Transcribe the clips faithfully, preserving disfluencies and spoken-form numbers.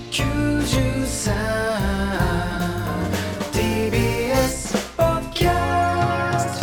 きゅうじゅうさん ティービーエス ポッドキャスト。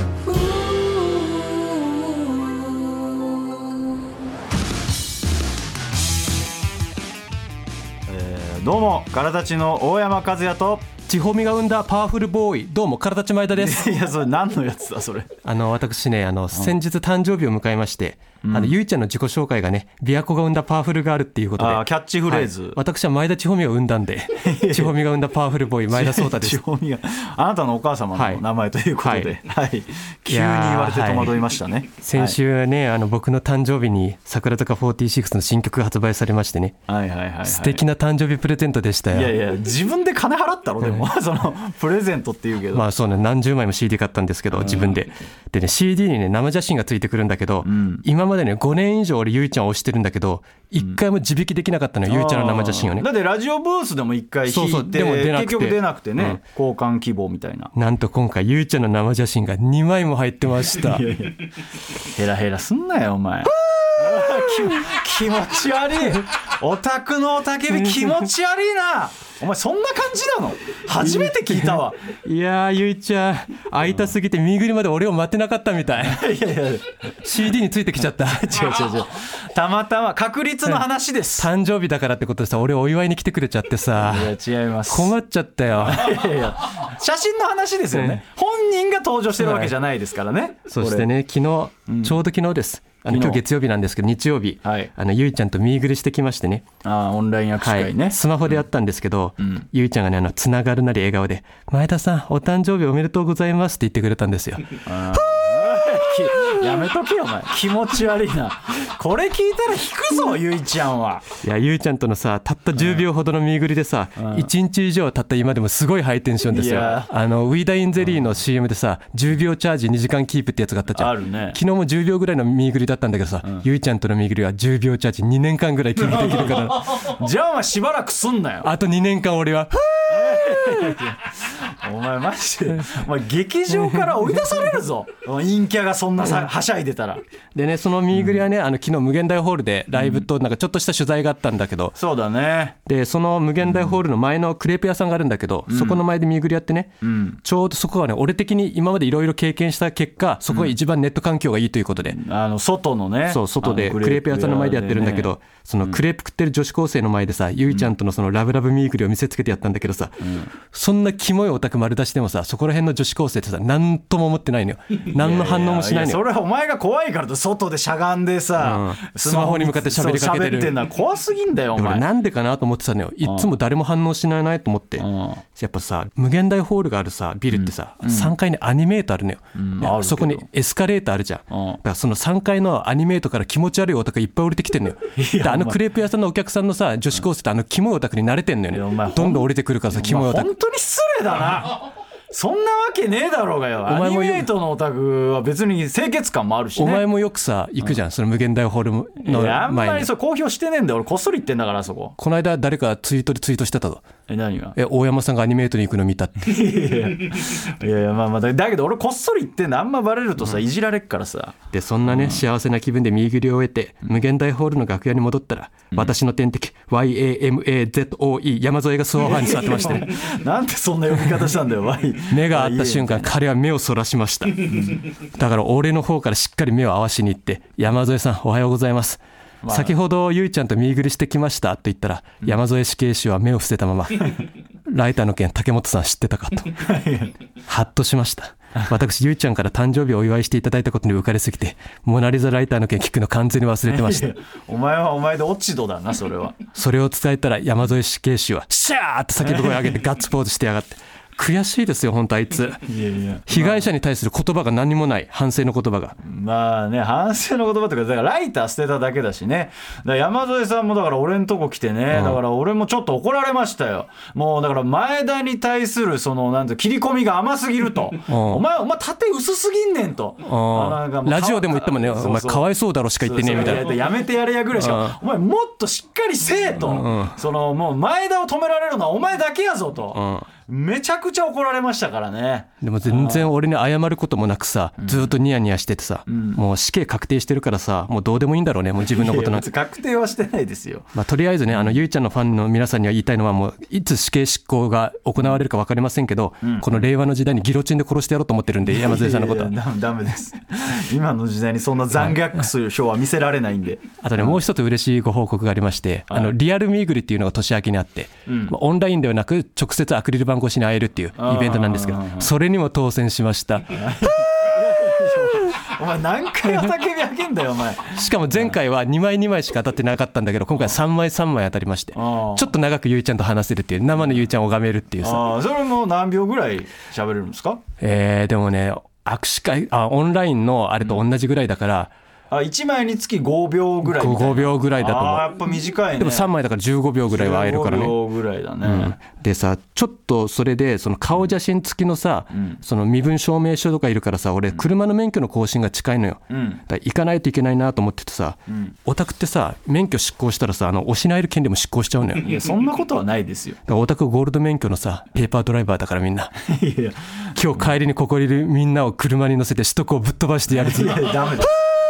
えー、どうもからたちの大山和也とちほみが生んだパワフルボーイ、どうもからたち前田です。 いやそれ何のやつだそれ。 あの私ね、あの先日誕生日を迎えまして、うん、あのゆいちゃんの自己紹介がね、琵琶湖が生んだパワフルガールっていうことで、 あキャッチフレーズ、はい、 私は前田ちほみを生んだんでちほみが生んだパワフルボーイ前田壮太です。 ちほみがあなたのお母様の名前ということで、はいはい、急に言われて戸惑いましたね、はい、 先週ね、あの僕の誕生日に櫻坂フォーティーシックスの新曲が発売されましてね、 はいはいはいはい、 素敵な誕生日プレゼントでしたよ。 いやいや自分で金払ったろでもそのプレゼントっていうけど、 まあそうね、何十枚も シーディー 買ったんですけど、自分ででね シーディー にね生写真がついてくるんだけど、うん、今までねごねん以上俺ゆいちゃんを推してるんだけど、一回も自引きできなかったのよ、うん、ゆいちゃんの生写真をね。 だってラジオブースでも一回引いて、そうそうでも出なくて結局出なくてね、うん、交換希望みたいな。 なんと今回ゆいちゃんの生写真がにまいも入ってましたいやいやヘラヘラすんなよお前気, 気持ち悪いオタクのおたけび気持ち悪いなお前そんな感じなの初めて聞いたわいやーゆいちゃん会いたすぎて身ぐりまで俺を待ってなかったみたいいやいや シーディー についてきちゃった違う違う違うたまたま確率の話です、 誕生日だからってことでさ、俺お祝いに来てくれちゃってさ。 いや違います、 困っちゃったよいやいや写真の話ですよね、本人が登場してるわけじゃないですからね、はい、 そしてね昨日、うん、ちょうど昨日ですあの今日月曜日なんですけど、日曜日、はい、あのゆいちゃんとミーグルしてきましてね、 あオンライン握手会ね、 はい、スマホでやったんですけど、うん、ゆいちゃんがねあのつながるなり笑顔で前田さんお誕生日おめでとうございますって言ってくれたんですよあやめとけよお前気持ち悪いなこれ聞いたら引くぞゆいちゃんは。 いやゆいちゃんとのさたったじゅうびょうほどのミーグルでさ、うん、いちにち以上たった今でもすごいハイテンションですよ。あのウィダインゼリーの シーエム でさじゅうびょうチャージにじかんキープってやつがあったじゃん。 あるね。 昨日もじゅうびょうぐらいのミーグルだったんだけどさ、うん、ゆいちゃんとのミーグルはじゅうびょうチャージにねんかんぐらいキープできるからじゃあお前しばらくすんなよ。 あとにねんかん俺はお前マジでお前劇場から追い出されるぞ陰キャがそんなさはしゃいでたら。 でねそのミーグリはね、うん、あの昨日無限大ホールでライブとなんかちょっとした取材があったんだけど、うん、 そうだね。 でその無限大ホールの前のクレープ屋さんがあるんだけど、うん、そこの前でミーグリやってね、うん、ちょうどそこがね俺的に今までいろいろ経験した結果そこが一番ネット環境がいいということで、 うん、あの外のねそう外でクレープ屋さんの前でやってるんだけど、そのクレープ食ってる女子高生の前でさ、うん、ゆいちゃんとのそのラブラブミーグリを見せつけてやったんだけどさ、うん、そんなキモいオタク丸出しでもさそこら辺の女子高生ってさ何とも思ってないのよ。何の反応もしないのよ。いやいやいやそれはお前が怖いからと外でしゃがんでさ、 うん、スマホに向かって喋りかけてる。 喋ってんのは怖すぎんだよお前。 なんでかなと思ってたのよ。いつも誰も反応しないなと思って、うん、やっぱさ無限大ホールがあるさビルってさ、うん、さんかいにアニメートあるのよ、うん、そこにエスカレーターあるじゃん、うん、だからそのさんかいのアニメートから気持ち悪いオタクがいっぱい降りてきてんのよ。であのクレープ屋さんのお客さんのさ女子高生ってあのキモいオタクに慣れてんのよね。どんどん降りてくるからさキモいオタク。 本当に失礼だなそんなわけねえだろうがよ。アニメートのオタクは別に清潔感もあるしね。 お前もよくさ行くじゃん、うん、その無限大ホールの前に。 あんまりそう公表してねえんだよ。俺こっそり言ってんだからそこ。 この間誰かツイートでツイートしてたぞ。 え何が？ え大山さんがアニメートに行くの見たっていやいやいやまあまあだけど俺こっそり言ってんだ。あんまバレるとさ、うん、いじられっからさ。 でそんなね、うん、幸せな気分でミーグリを終えて無限大ホールの楽屋に戻ったら、うん、私の天敵 ワイエーエムエーゼットオーイー 山添がソファーに座ってましてねなんでそんな呼び方したんだよ目が合った瞬間彼は目をそらしましただから俺の方からしっかり目を合わしに行って、山添さんおはようございます、まあ、先ほどゆいちゃんとミーグリしてきましたと言ったら、うん、山添死刑囚は目を伏せたままライターの件竹本さん知ってたかとハッとしました。私ゆいちゃんから誕生日をお祝いしていただいたことに浮かれすぎてモナリザライターの件聞くの完全に忘れてましたお前はお前で落ち度だなそれは。 それを伝えたら山添死刑囚はシャーって叫び声を上げてガッツポーズしてやがって悔しいですよ本当あいつ。いやいや被害者に対する言葉が何もない、反省の言葉が。 まあね反省の言葉とかだからライター捨てただけだしね。だから山添さんもだから俺んとこ来てね、うん、だから俺もちょっと怒られましたよ。もうだから前田に対するそのなんて切り込みが甘すぎると、うん、お前お前縦薄すぎんねんと、 うん、ラジオでも言ったもんね。そうそうお前かわいそうだろしか言ってねえみたいな。 そうそうやめてやれやぐらいしか、うん、お前もっとしっかりせえと、うん、そのもう前田を止められるのはお前だけやぞと、うんめちゃくちゃ怒られましたからね。 でも全然俺に謝ることもなくさ、ずっとニヤニヤしててさ、うん、もう死刑確定してるからさ、もうどうでもいいんだろうね、もう自分のことなんて。 確定はしてないですよ。 まあ、とりあえずね、あのゆいちゃんのファンの皆さんには言いたいのは、もういつ死刑執行が行われるか分かりませんけど、うん、この令和の時代にギロチンで殺してやろうと思ってるんで、山添さんのことは。 いやいやダメです。今の時代にそんな残虐するショーは見せられないんで。 あとね、もう一つ嬉しいご報告がありまして、はい、あのリアルミーグリっていうのが年明けにあって、うん、まあ、オンラインではなく直接アクリル板越しに会えるっていうイベントなんですけど、それにも当選しました。 お前何回おたけびあげんだよお前。 しかも前回はにまいにまいしか当たってなかったんだけど、今回さんまいさんまい当たりまして、ちょっと長くゆいちゃんと話せるっていう、生のゆいちゃんを拝めるっていうさ。 あ、それも何秒ぐらい喋れるんですか？ えー、でもね、握手会、あ、オンラインのあれと同じぐらいだから、 あ、いちまいにつきごびょうぐらいみたいな。 ごびょうぐらいだと思う。 あ、やっぱ短いね。 でもさんまいだからじゅうごびょうぐらいは会えるからね。 じゅうごびょうぐらいだね、うん、 でさ、ちょっとそれでその顔写真付きのさ、うん、その身分証明書とかいるからさ、俺車の免許の更新が近いのよ、うん、だから行かないといけないなと思っててさ、うん、オタクってさ、免許執行したらさ、あの押しなえる権利も執行しちゃうのよ。 いや、そんなことはないですよ。 だからオタクゴールド免許のさ、ペーパードライバーだからみんな。いや、今日帰りにここにいるみんなを車に乗せて首都高をぶっ飛ばしてやるぞ。いや、ダメだ。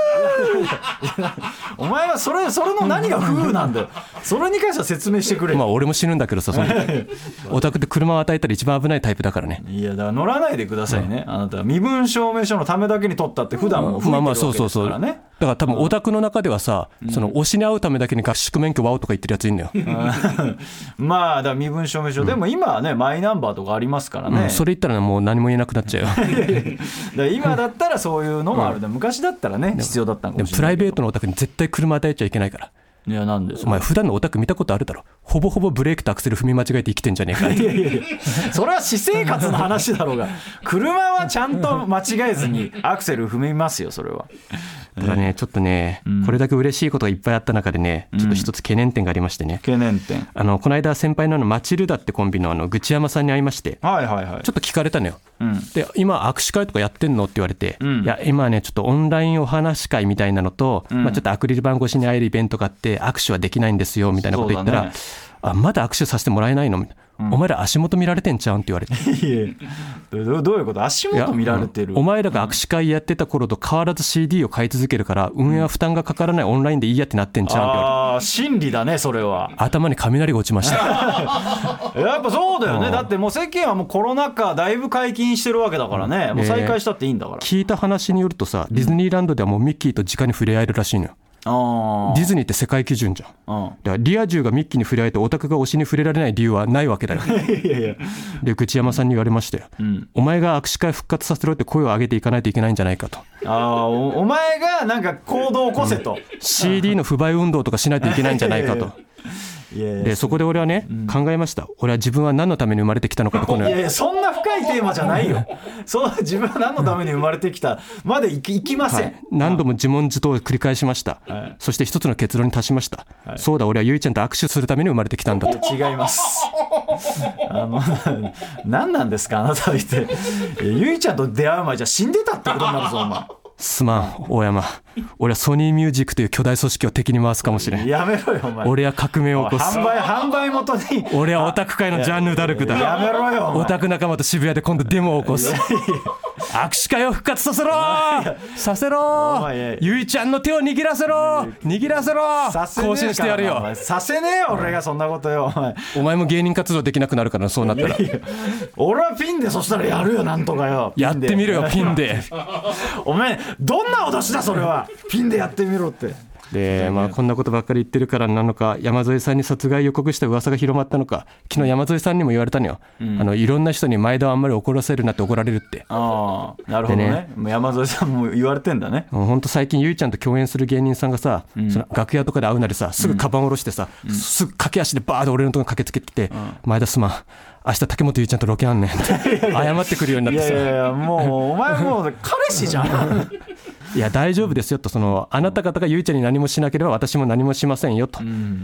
お前はそれ、それの何が風なんだよ。それに関しては説明してくれ。 まあ俺も死ぬんだけどさ、そのオタクって車を与えたら一番危ないタイプだからね。 いや、だから乗らないでくださいね、うん、あなたは身分証明書のためだけに取ったって普段も吹いてるわけですからね。まあまあそうそうそう。だから多分オタクの中ではさ、うん、その推しに会うためだけに合宿免許ワオとか言ってるやついんのよ。 まあだから身分証明書、うん、でも今はねマイナンバーとかありますからね、 うん、それ言ったらもう何も言えなくなっちゃうよ。だから今だったらそういうのもある、うん、昔だったらね必要だったのかもしれない。 でもプライベートのオタクに絶対車与えちゃいけないから。 いや、なんでお前普段のオタク見たことあるだろ。ほぼほぼブレーキとアクセル踏み間違えて生きてんじゃねえか。 いやいやいや、それは私生活の話だろうが。車はちゃんと間違えずにアクセル踏みますよ、それは。 ただね、ちょっとね、うん、これだけ嬉しいことがいっぱいあった中でね、ちょっと一つ懸念点がありましてね、 うん、懸念点、 あのこの間先輩のあのマチルダってコンビのあの口山さんに会いまして、 はいはいはい、 ちょっと聞かれたのよ、うん、で今握手会とかやってんのって言われて、うん、いや今ねちょっとオンラインお話し会みたいなのと、うん、まあ、ちょっとアクリル板越しに会えるイベントがあって握手はできないんですよみたいなこと言ったら、ね、あまだ握手させてもらえないのみたいな、うん、お前ら足元見られてんちゃうんって言われて。いやど, どういうこと？足元見られてる、 うん、お前らが握手会やってた頃と変わらず シーディー を買い続けるから運営は負担がかからないオンラインでいいやってなってんちゃうんって言われて。 ああ、真理だねそれは。 頭に雷が落ちました。 やっぱそうだよね。だってもう世間はもうコロナ禍だいぶ解禁してるわけだからね、もう再開したっていいんだから、 聞いた話によるとさ、ディズニーランドではもうミッキーと直に触れ合えるらしいのよ。あディズニーって世界基準じゃん。だからリア充がミッキーに触れ合えてオタクが推しに触れられない理由はないわけだよ。いやいやで口山さんに言われましたよ、うん、お前が握手会復活させろって声を上げていかないといけないんじゃないかと。 あ お, お前がなんか行動を起こせと、うん、 シーディー の不買運動とかしないといけないんじゃないかと。いやいやでそこで俺はね、うん、考えました。俺は自分は何のために生まれてきたのかと。このいやいやそんな深いテーマじゃないよ。そう自分は何のために生まれてきたまでい き, いきません、はい、 何度も自問自答を繰り返しました、はい、そして一つの結論に達しました、はい、そうだ俺はゆいちゃんと握手するために生まれてきたんだと。 違います。あの何なんですかあなたは言って。ゆいちゃんと出会う前じゃ死んでたってことになるぞお前。 すまん大山、俺はソニーミュージックという巨大組織を敵に回すかもしれん。 やめろよお前。 俺は革命を起こす。 販売販売元に俺はオタク界のジャンヌ・ダルクだ。 やめろよお前。 オタク仲間と渋谷で今度デモを起こす。握手会を復活させろさせろゆいちゃんの手を握らせろ握らせろ更新してやるよ。 させねえよ俺がそんなことよお前。 お前も芸人活動できなくなるからそうなったら。いやいや俺はピンでそしたらやるよなんとかよ。 やってみろよピンで。 お前どんな脅しだそれは。ピンでやってみろって。 でまあ、こんなことばっかり言ってるからなのか山添さんに殺害予告した噂が広まったのか昨日山添さんにも言われたのよ、うん、あのいろんな人に前田をあんまり怒らせるなって怒られるって。 ああなるほど ね, ねもう山添さんも言われてんだね。 ほんと最近ゆいちゃんと共演する芸人さんがさ、うん、その楽屋とかで会うなりさすぐカバン下ろしてさ、うん、すぐ駆け足でバーッと俺のとこに駆けつけてきて、うん、前田すまん明日竹本ゆいちゃんとロケあんねんって謝ってくるようになってさ。 いやいやいやもうお前もう彼氏じゃん。 いや大丈夫ですよと、そのあなた方がゆいちゃんに何もしなければ私も何もしませんよと、うん、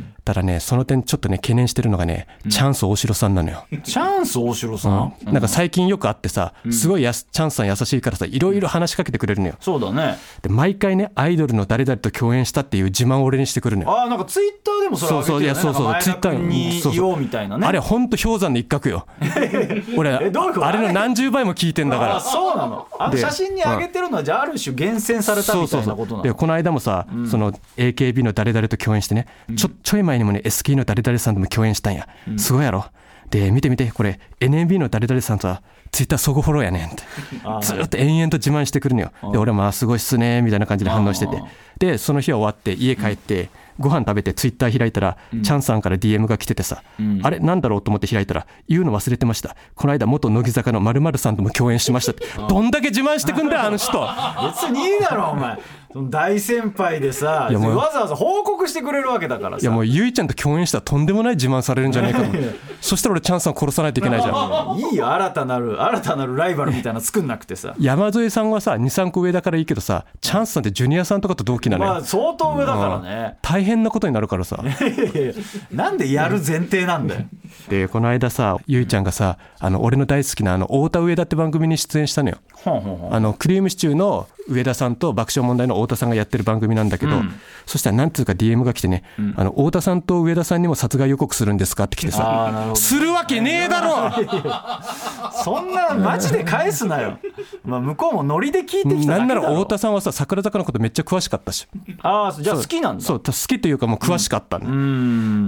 ただねその点ちょっとね懸念してるのがね、うん、チャンス大城さんなのよ。 チャンス大城さん、 うん、なんか最近よく会ってさ、すごいやすチャンスさん優しいからさ、いろいろ話しかけてくれるのよ。 そうだね。 で毎回ねアイドルの誰々と共演したっていう自慢を俺にしてくるのよ。 ああ、なんかツイッターでもそれ上げてるよね。 そうそういやそうそう、ツイッターに言おうみたいなね。 あれほんと氷山の一角よ俺あれの何十倍も聞いてんだから。 あそうなの。あの写真に上げてるのはじゃあある種厳選されたみたいなことなの。そうそうそう。 でこの間もさ、うん、その エーケービー の誰々と共演してね、うん、ちょちょい前にもね エスケー の誰々さんとも共演したんや、うん、すごいやろ。で見て見てこれ エヌエムビー の誰々さんとはツイッター相互フォローやねんってずっと延々と自慢してくるのよ。で俺はまあすごいっすねみたいな感じで反応してて、でその日は終わって家帰ってご飯食べてツイッター開いたら、うん、チャンさんから ディーエム が来ててさ、うん、あれなんだろうと思って開いたら、言うの忘れてました、この間元乃木坂の〇〇さんとも共演しましたって。どんだけ自慢してくんだよあの人。 別にいいだろお前、その大先輩でさ、わざわざ報告してくれるわけだからさ。 いやもうゆいちゃんと共演したらとんでもない自慢されるんじゃないかとそしたら俺チャンさん殺さないといけないじゃんいいよ、新たなる新たなるライバルみたいなの作んなくてさ。 山添さんはさ にさんこ上だからいいけどさ、チャンスさんってジュニアさんとかと同期なのよ。 まあ相当上だからね、 大変なことになるからさいやいやなんでやる前提なんだよでこの間さゆいちゃんがさ、あの俺の大好きなあの太田上田って番組に出演したのよ。ほんほんほん、あのクリームシチューの上田さんと爆笑問題の太田さんがやってる番組なんだけど、うん、そしたらなんつうか ディーエム が来てね、うん、あの太田さんと上田さんにも殺害予告するんですかって来てさ、するわけねえだろそんなマジで返すなよまあ向こうもノリで聞いてきただけだろ。 なんなら太田さんはさ桜坂のことめっちゃ詳しかったし。 ああじゃあ好きなんだ。 そう好きというかもう詳しかったんだ、うん、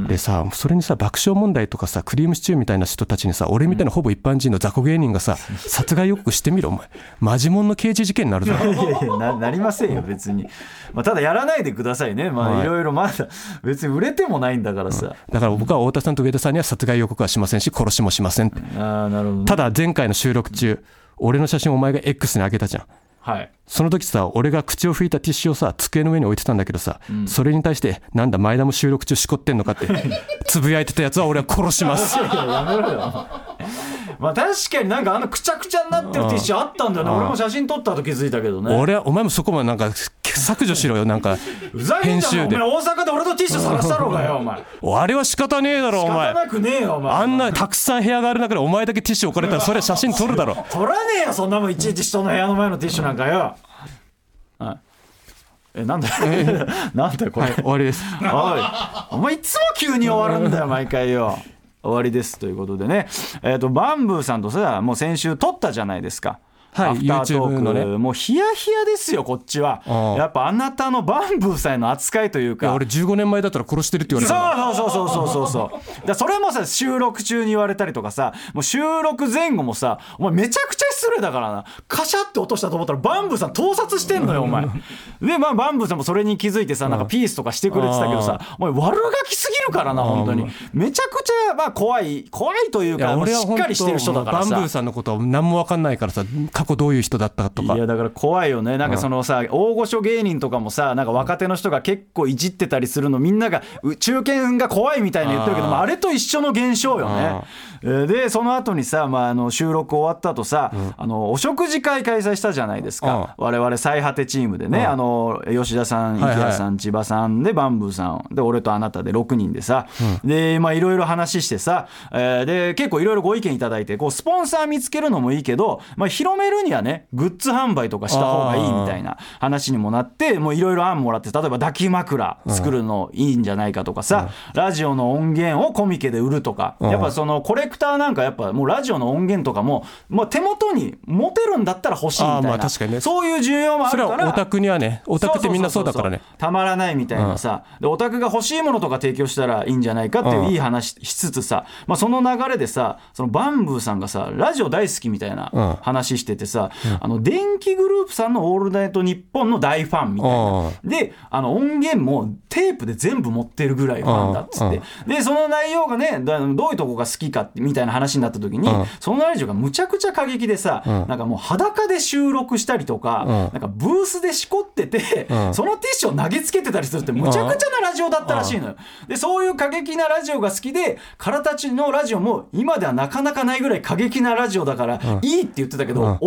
でさそれにさ爆笑問題とかさクリームシチューみたいな人たちにさ、俺みたいなほぼ一般人の雑魚芸人がさ殺害予告してみろお前、マジモンの刑事事件になるぞ。 いやいや な, なりませんよ別に、まあ、ただやらないでくださいね。まあいろいろまだ別に売れてもないんだからさ、うん、だから僕は太田さんと上田さんには殺害予告はしませんし殺しもしませんって。あなるほど、ね、ただ前回の収録中俺の写真お前が X に上げたじゃん。はい、その時さ俺が口を拭いたティッシュをさ机の上に置いてたんだけどさ、うん、それに対してなんだ前田も収録中しこってんのかってつぶやいてたやつは俺は殺しますいややめろよまあ確かになんかあのくちゃくちゃになってるティッシュあったんだよね。俺も写真撮ったと気づいたけどね。 俺はお前もそこまでなんか削除しろよなんか編集で。 お前大阪で俺のティッシュ探したろうがよお前あれは仕方ねえだろお前。 仕方なくねえよお前。 あんなたくさん部屋がある中でお前だけティッシュ置かれたらそれ写真撮るだろ撮らねえよそんなもん、いちいち人の部屋の前のティッシュなんかよ。はいえなんだよなんだよこれ、はい、 終わりです。 おいお前いつも急に終わるんだよ毎回よ。終わりですということでね、えーとバンブーさんとさもう先週撮ったじゃないですか。はい、アフタートーク YouTube のね、 もうヒヤヒヤですよこっちは。やっぱあなたのバンブーさんへの扱いというか。 いや俺じゅうごねんまえだったら殺してるって言われた。 そうそうそうそうそうそうだそれもさ収録中に言われたりとかさ、もう収録前後もさお前めちゃくちゃ失礼だからな、カシャって落としたと思ったらバンブーさん盗撮してんのよお前で、まあ、バンブーさんもそれに気づいてさなんかピースとかしてくれてたけどさ、お前悪ガキすぎるからな本当に。めちゃくちゃまあ怖い怖いというか、俺はしっかりしてる人だからさ。 バンブーさんのことは何も分かんないからさ、過去どういう人だったとか。 いやだから怖いよね。なんかそのさ、うん、大御所芸人とかもさなんか若手の人が結構いじってたりするのみんなが中堅が怖いみたいに言ってるけど、あ, あれと一緒の現象よね。でその後にさ、まあ、あの収録終わった後さ、うん、あのお食事会開催したじゃないですか、うん、我々最果てチームでね、うん、あの吉田さん、池谷さん、はいはい、千葉さんでバンブーさんで俺とあなたでろくにんでさ、うん、でまあいろいろ話してさ、えー、で結構いろいろご意見いただいて、こうスポンサー見つけるのもいいけど、まあ、広めるにはねグッズ販売とかした方がいいみたいな話にもなって、もういろいろ案もらって、例えば抱き枕作るのいいんじゃないかとかさ、うん、ラジオの音源をコミケで売るとか、うん、やっぱそのコレクターなんかやっぱもうラジオの音源とかも、まあ、手元に持てるんだったら欲しいみたいな、まあ確かにね、そういう需要もあるから。 それはオタクにはね、オタクってみんなそうだからね、 たまらないみたいなさ、うん、でオタクが欲しいものとか提供したらいいんじゃないかっていういい話しつつさ、まあ、その流れでさ、そのバンブーさんがさラジオ大好きみたいな話しててさ、うん、あの電気グループさんのオールナイトニッポンの大ファンみたいなで、あの音源もテープで全部持ってるぐらいファンだっつって、でその内容がねどういうとこが好きかみたいな話になった時に、そのラジオがむちゃくちゃ過激でさ、なんかもう裸で収録したりとか、なんかブースでしこってて、そのティッシュを投げつけてたりするってむちゃくちゃなラジオだったらしいのよ。でそういう過激なラジオが好きで、からたちのラジオも今ではなかなかないぐらい過激なラジオだからいいって言ってたけど、俺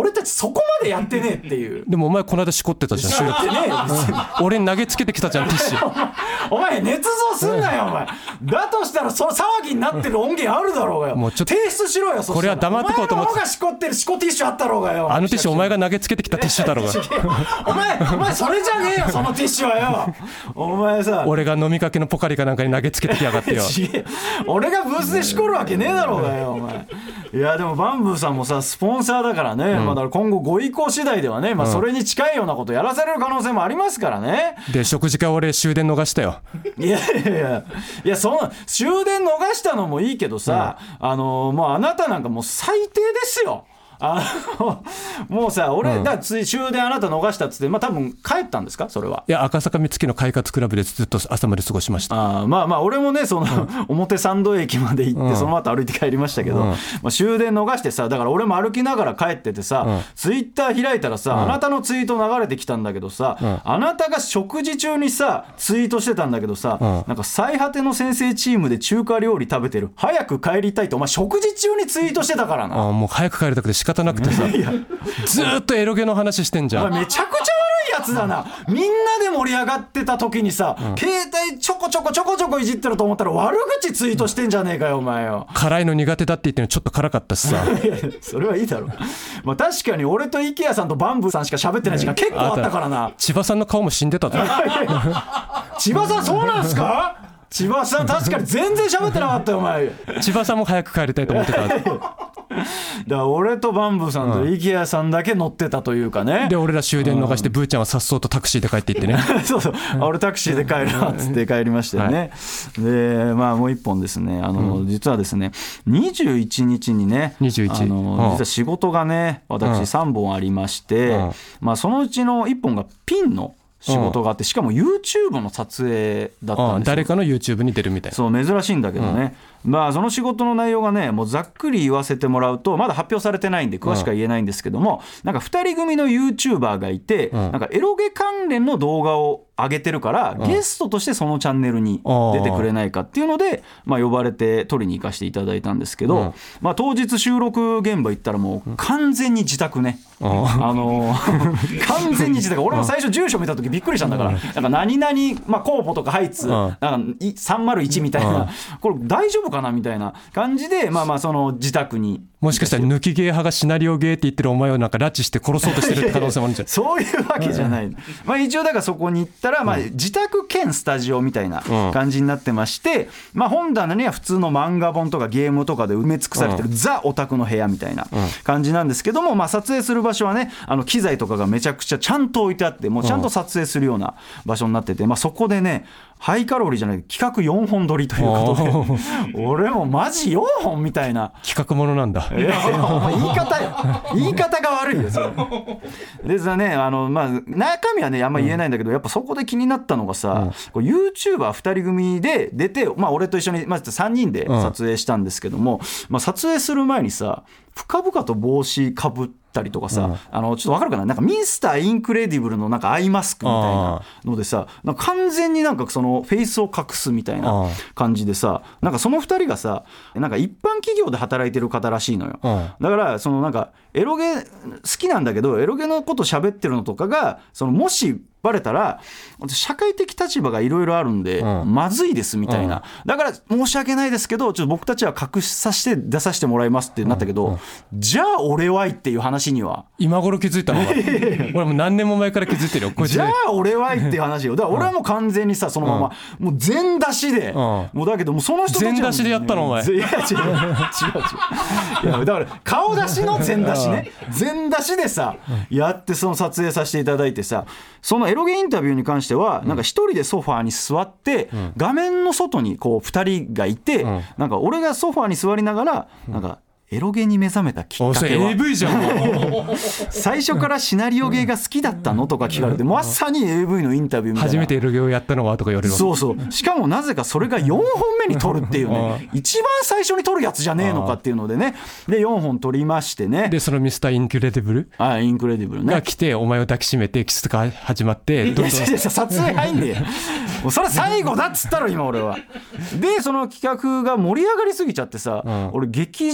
俺たちそこまでやってねえっていう。 でもお前この間しこってたじゃん、収録やってねえよ別に俺に投げつけてきたじゃんティッシュ。 お前捏造すんなよお前。だとしたらその騒ぎになってる音源あるだろうがよ。 もうちょっと提出しろよ。そしたらこれは黙ってこうと思ってお前の方がしこってるしこティッシュあったろうがよ。 あのティッシュお前が投げつけてきたティッシュだろうが。 お前お前それじゃねえよそのティッシュはよ。お前さ俺が飲みかけのポカリかなんかに投げつけてきやがってよ。 ちげえ俺がブースでしこるわけねえだろうがよお前。いやでもバンブーさんもさスポンサーだからね、うん、まあ、だから今後ご意向次第ではね、まあ、それに近いようなことやらされる可能性もありますからね。 で食事会俺終電逃したよ。 いやいやいやいやその終電逃したのもいいけどさ、うん、あのもうあなたなんかもう最低ですよ。あのもうさ俺、うん、だつい終電あなた逃したっつって、まあ多分帰ったんですかそれは。 いや赤坂見附の快活クラブでずっと朝まで過ごしました。 あまあまあ俺もねその、うん、表参道駅まで行って、うん、その後歩いて帰りましたけど、うんまあ、終電逃してさだから俺も歩きながら帰っててさ、うん、ツイッター開いたらさ、うん、あなたのツイート流れてきたんだけどさ、うん、あなたが食事中にさツイートしてたんだけどさ、うん、なんか最果ての先生チームで中華料理食べてる早く帰りたいってお前食事中にツイートしてたからな。 あもう早く帰りたくて仕方なくてさずーっとエロゲの話してんじゃん。 めちゃくちゃ悪いやつだな。みんなで盛り上がってた時にさ、うん、携帯ちょこちょこちょこちょこいじってると思ったら悪口ツイートしてんじゃねえかよお前よ。 辛いの苦手だって言ってのちょっと辛かったしさそれはいいだろうまあ確かに俺と池谷さんとバンブーさんしか喋ってない時間結構あったからな。 千葉さんの顔も死んでたぞ千葉さんそうなんすか千葉さん確かに全然喋ってなかったよお前。 千葉さんも早く帰りたいと思ってただから俺とバンブーさんと池谷さんだけ乗ってたというかね、 うん、で俺ら終電逃してブーちゃんはさっそうとタクシーで帰っていってねそうそう、うん、俺タクシーで帰るわっつって帰りましたよね、はい、でまあもう一本ですねあの、うん、実はですねにじゅういちにちにねにじゅういち、 あの、 うん、 実は仕事がね私さんぼんありまして、うんまあ、そのうちのいっぽんがピンの仕事があって、しかも YouTube の撮影だったんですよ。 誰かの YouTube に出るみたいな。 そう珍しいんだけどね、うん、まあその仕事の内容がねもうざっくり言わせてもらうとまだ発表されてないんで詳しくは言えないんですけども、うん、なんかふたり組の YouTuber がいて、うん、なんかエロゲ関連の動画を上げてるから、うん、ゲストとしてそのチャンネルに出てくれないかっていうので、まあ、呼ばれて撮りに行かせていただいたんですけど、うんまあ、当日収録現場行ったらもう完全に自宅ね、うん、あのー、完全に自宅。俺も最初住所見た時びっくりしたんだから、うん、なんか何々、まあ、コーポとかハイツ、うん、なんかさんまるいちみたいな、うん、これ大丈夫かなみたいな感じで、まあまあその自宅にもしかしたら抜きゲー派がシナリオゲーって言ってるお前をなんか拉致して殺そうとしてるって可能性もあるんじゃんそういうわけじゃない、まあ、一応だからそこに行ったら、まあ、自宅兼スタジオみたいな感じになってまして、まあ、本棚には普通の漫画本とかゲームとかで埋め尽くされてるザ・オタクの部屋みたいな感じなんですけども、まあ、撮影する場所はねあの機材とかがめちゃくちゃちゃんと置いてあってもうちゃんと撮影するような場所になってて、まあ、そこでねハイカロリーじゃない企画よんほん撮りということで俺もマジよんほんみたいな企画ものなんだ。 いや言い方よ言い方が悪いよそれでさねあの、まあ、中身はねあんま言えないんだけど、うん、やっぱそこで気になったのがさ、うん、YouTuberふたり組で出て、まあ、俺と一緒に、まあ、さんにんで撮影したんですけども、うんまあ、撮影する前にさ深々と帽子かぶったりとかさ、うん、あのちょっと分かるかななんかミスターインクレディブルのなんかアイマスクみたいなのでさなんか完全になんかそのフェイスを隠すみたいな感じでさなんかそのふたりがさなんか一般企業で働いてる方らしいのよ、うん、だからそのなんかエロゲ好きなんだけどエロゲのこと喋ってるのとかがそのもしバレたら社会的立場がいろいろあるんで、うん、まずいですみたいな、うん、だから申し訳ないですけどちょっと僕たちは隠させて出させてもらいますってなったけど、うんうん、じゃあ俺はいっていう話には今頃気づいたの俺も何年も前から気づいてるよこじゃあ俺はいっていう話よだから俺はもう完全にさそのまま、うん、もう全出しで、うん、もうだけどもうその人たちは全出しでやったのお前いや違う違う違ういやだから顔出しの全出しね全出しでさやってその撮影させていただいてさそのエロゲインタビューに関してはなんか一人でソファーに座って画面の外にこうふたりがいてなんか俺がソファーに座りながらなんかエロゲに目覚めたきっかけはエーブイ じゃん最初からシナリオゲーが好きだったのとか聞かれてまさに エーブイ のインタビューみたいな初めてエロゲをやったのはとか言われるそうそうしかもなぜかそれがよんほんめに撮るっていうね一番最初に撮るやつじゃねえのかっていうのでねでよんほん撮りましてねでそのミスターインクレディブルあインクレディブルねが来てお前を抱きしめてキスとか始まってどんどん撮影入んねえよもうそれ最後だっつったろ今俺はでその企画が盛り上がりすぎちゃってさ、うん、俺劇場本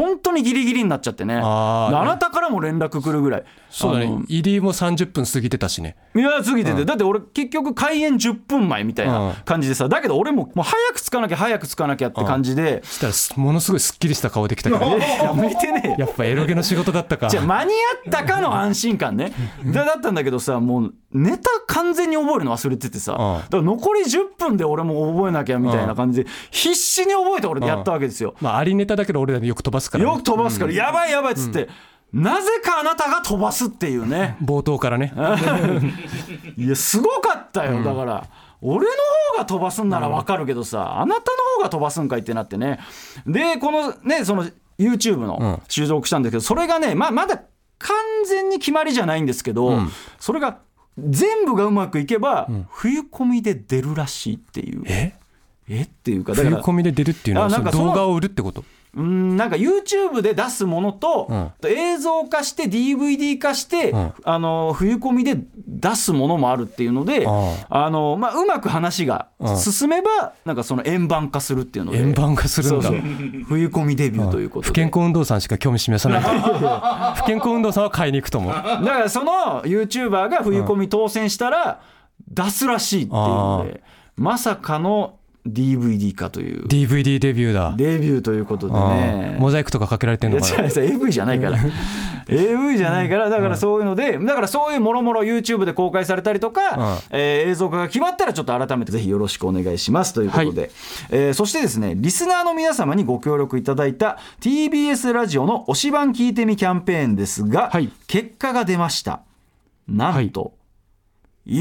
本当にギリギリになっちゃってね、ああなたからも連絡来るぐらい。 そうだね、入りもさんじゅっぷん過ぎてたしね。 いや過ぎてて、うん、だって俺結局開演じゅっぷんまえみたいな感じでさ、だけど俺ももう早く着かなきゃ早く着かなきゃって感じで、 そしたらものすごいすっきりした顔できたからやめてねやっぱエロゲの仕事だったか。 じゃ間に合ったかの安心感ねだったんだけどさ、もうネタ完全に覚えるの忘れててさ、だから残りじゅっぷんで俺も覚えなきゃみたいな感じで必死に覚えて俺でやったわけですよ。 まあありネタだけど俺らでよく飛ばすから、ね、 よく飛ばすから、うん、やばいやばいっつって、うん、なぜかあなたが飛ばすっていうね冒頭からねいやすごかったよ。だから、うん、俺の方が飛ばすんなら分かるけどさ、うん、あなたの方が飛ばすんかいってなってね。でこのねその YouTube の収録したんだけど、それがね ま, まだ完全に決まりじゃないんですけど、うん、それが全部がうまくいけば、うん、冬コミで出るらしいっていう。 ええっていうかだから冬コミで出るっていうのはその動画を売るってこと？ うんなんか YouTube で出すものと、うん、映像化して ディーブイディー 化して、うん、あの冬コミで出すものもあるっていうので、ああの、まあ、うまく話が進めば、うん、なんかその円盤化するっていうので円盤化するんだ。 そうそう冬コミデビューということで、 不健康運動さんしか興味示さない不健康運動さんは買いに行くと思う。だからその YouTuber が冬コミ当選したら出すらしいっていうので、まさかのディーブイディー 化というディーブイディー デビューだデビューということでね、 モザイクとかかけられてるのかな。 いや違う違う エーブイ じゃないからエーブイ じゃないから、だからそういうので、だからそういうもろもろ YouTube で公開されたりとか、うんえー、映像化が決まったらちょっと改めてぜひよろしくお願いしますということで、はいえー、そしてですねリスナーの皆様にご協力いただいた ティービーエス ラジオの推しバン聞いてみキャンペーンですが、はい、結果が出ました。なんと、はい、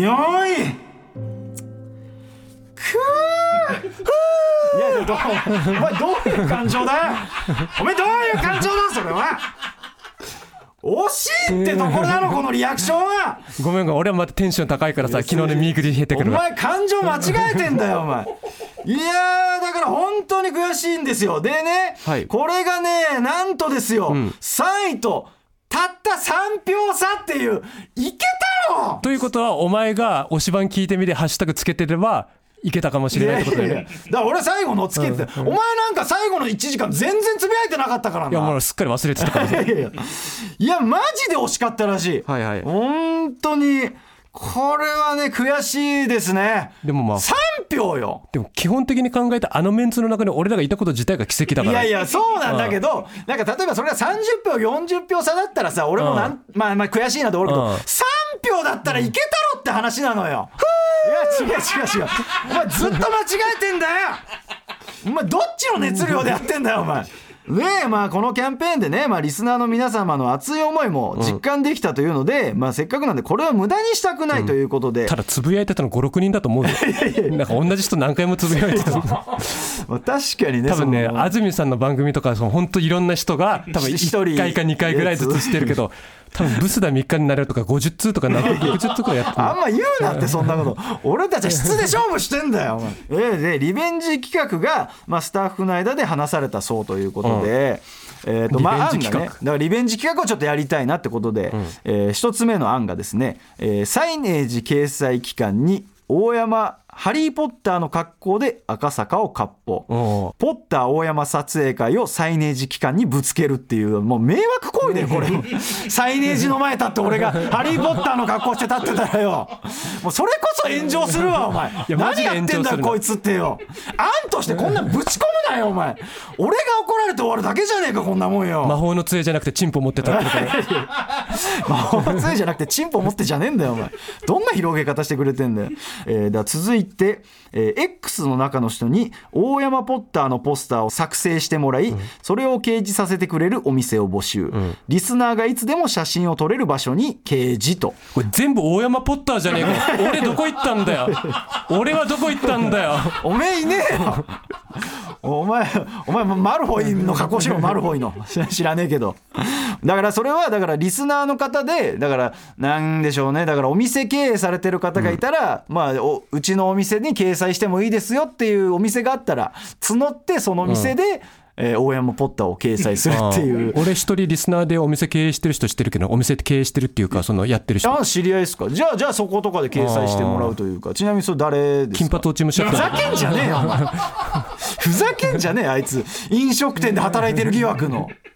よーいくーいやいやどお前どういう感情だよお前どういう感情だそれは惜しいってところなのこのリアクションは。 ごめんごめん俺はまたテンション高いからさ昨日ね見ぐり減ってくる。 お前感情間違えてんだよお前いやーだから本当に悔しいんですよ。でね、はい、これがねなんとですよ、うん、さんいとたったさんぴょう差っていういけたろということはお前が推しバン聞いてみてハッシュタグつけてればいけたかもしれないってことだよね。 だから俺最後のつけて、うん、お前なんか最後のいちじかん全然つぶやいてなかったからな。 いやもうすっかり忘れてたからいやいやいやマジで惜しかったらしい、はいはい、本当にこれはね悔しいですね。 でもまあさんぴょうよ。 でも基本的に考えたあのメンツの中に俺らがいたこと自体が奇跡だから。 いやいやそうなんだけど、なんか例えばそれがさんじゅっぴょうよんじゅっぴょう差だったらさ俺もなん、うん、まあまあ悔しいなと思うけど、さんぴょうだったらいけたろって話なのよ。いや違う違う違うお前ずっと間違えてんだよお前どっちの熱量でやってんだよお前ねえまあこのキャンペーンでね、まあ、リスナーの皆様の熱い思いも実感できたというので、うんまあ、せっかくなんでこれは無駄にしたくないということで、うん、 ただつぶやいてたのごろくにんだと思うよなんか同じ人何回もつぶやいてたまあ確かにね多分ね安住さんの番組とか本当いろんな人が多分いっかいかにかいぐらいずつしてるけど多分ブスだみっかになれるとかごじゅっつうとかろくじゅっつうとかやってる。 あんま言うなってそんなこと俺たちは質で勝負してんだよお前でリベンジ企画が、まあ、スタッフの間で話されたそうということで、うんえーとまあ、案がねだからリベンジ企画をちょっとやりたいなってことで、うんえー、一つ目の案がですね、えー、サイネージ掲載期間に大山ハリーポッターの格好で赤坂を割歩ポッター大山撮影会をサイネージ機関にぶつけるっていうもう迷惑行為だよこれサイネージの前立って俺がハリーポッターの格好して立ってたらよもうそれこそ炎上するわお前何やってんだよこいつってよ案としてこんなぶち込むなよお前俺が怒られて終わるだけじゃねえかこんなもんよ。 魔法の杖じゃなくてチンポ持ってたって魔法の杖じゃなくてチンポ持ってじゃねえんだよお前どんな広げ方してくれてんだよ、えー、では続いて、えー、X の中の人に大山ポッターのポスターを作成してもらい、うん、それを掲示させてくれるお店を募集、うん、リスナーがいつでも写真を撮れる場所に掲示と。 これ全部大山ポッターじゃねえか俺どこ行ったんだよ俺はどこ行ったんだよおめえいねえよお前お前マルフォイの加工しろマルフォイの知らねえけどだからそれはだからリスナーの方でだからなんでしょうねだからお店経営されてる方がいたら、うん、まあおうちのお店に掲載してもいいですよっていうお店があったら募ってその店で、うんえー、大山ポッターを掲載するっていう俺一人リスナーでお店経営してる人知ってるけどお店経営してるっていうかそのやってる人あ知り合いですか。じゃあじゃあそことかで掲載してもらうというかちなみにそれ誰ですか。 金髪落ち武者ふざけんじゃねえよお前ふざけんじゃねえあいつ飲食店で働いてる疑惑の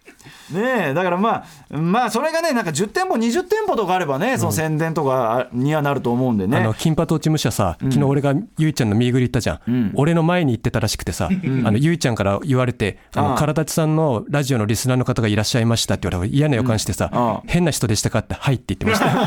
ねえだからまあまあそれがねなんかじゅってんぽにじゅってんぽとかあればねその宣伝とかにはなると思うんでね、 あの金髪落ち武者さ、昨日俺がゆいちゃんのミーグリ行ったじゃん、うん、俺の前に行ってたらしくてさ、うん、あのゆいちゃんから言われて、あのからたちさんのラジオのリスナーの方がいらっしゃいましたって言われて嫌な予感してさ、うん、変な人でしたかってはいって言ってました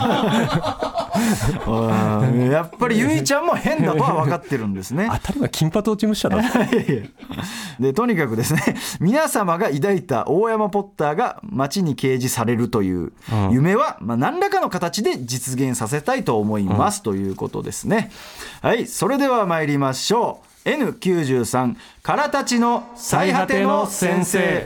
やっぱりゆいちゃんも変だとは分かってるんですね。 当たりは金髪落ち武者だでとにかくですね皆様が抱いた大山ポッターが街に掲示されるという夢は、まあ、何らかの形で実現させたいと思います、うん、ということですね。はい、それでは参りましょう。 エヌきゅうじゅうさん からたちの最果ての先生。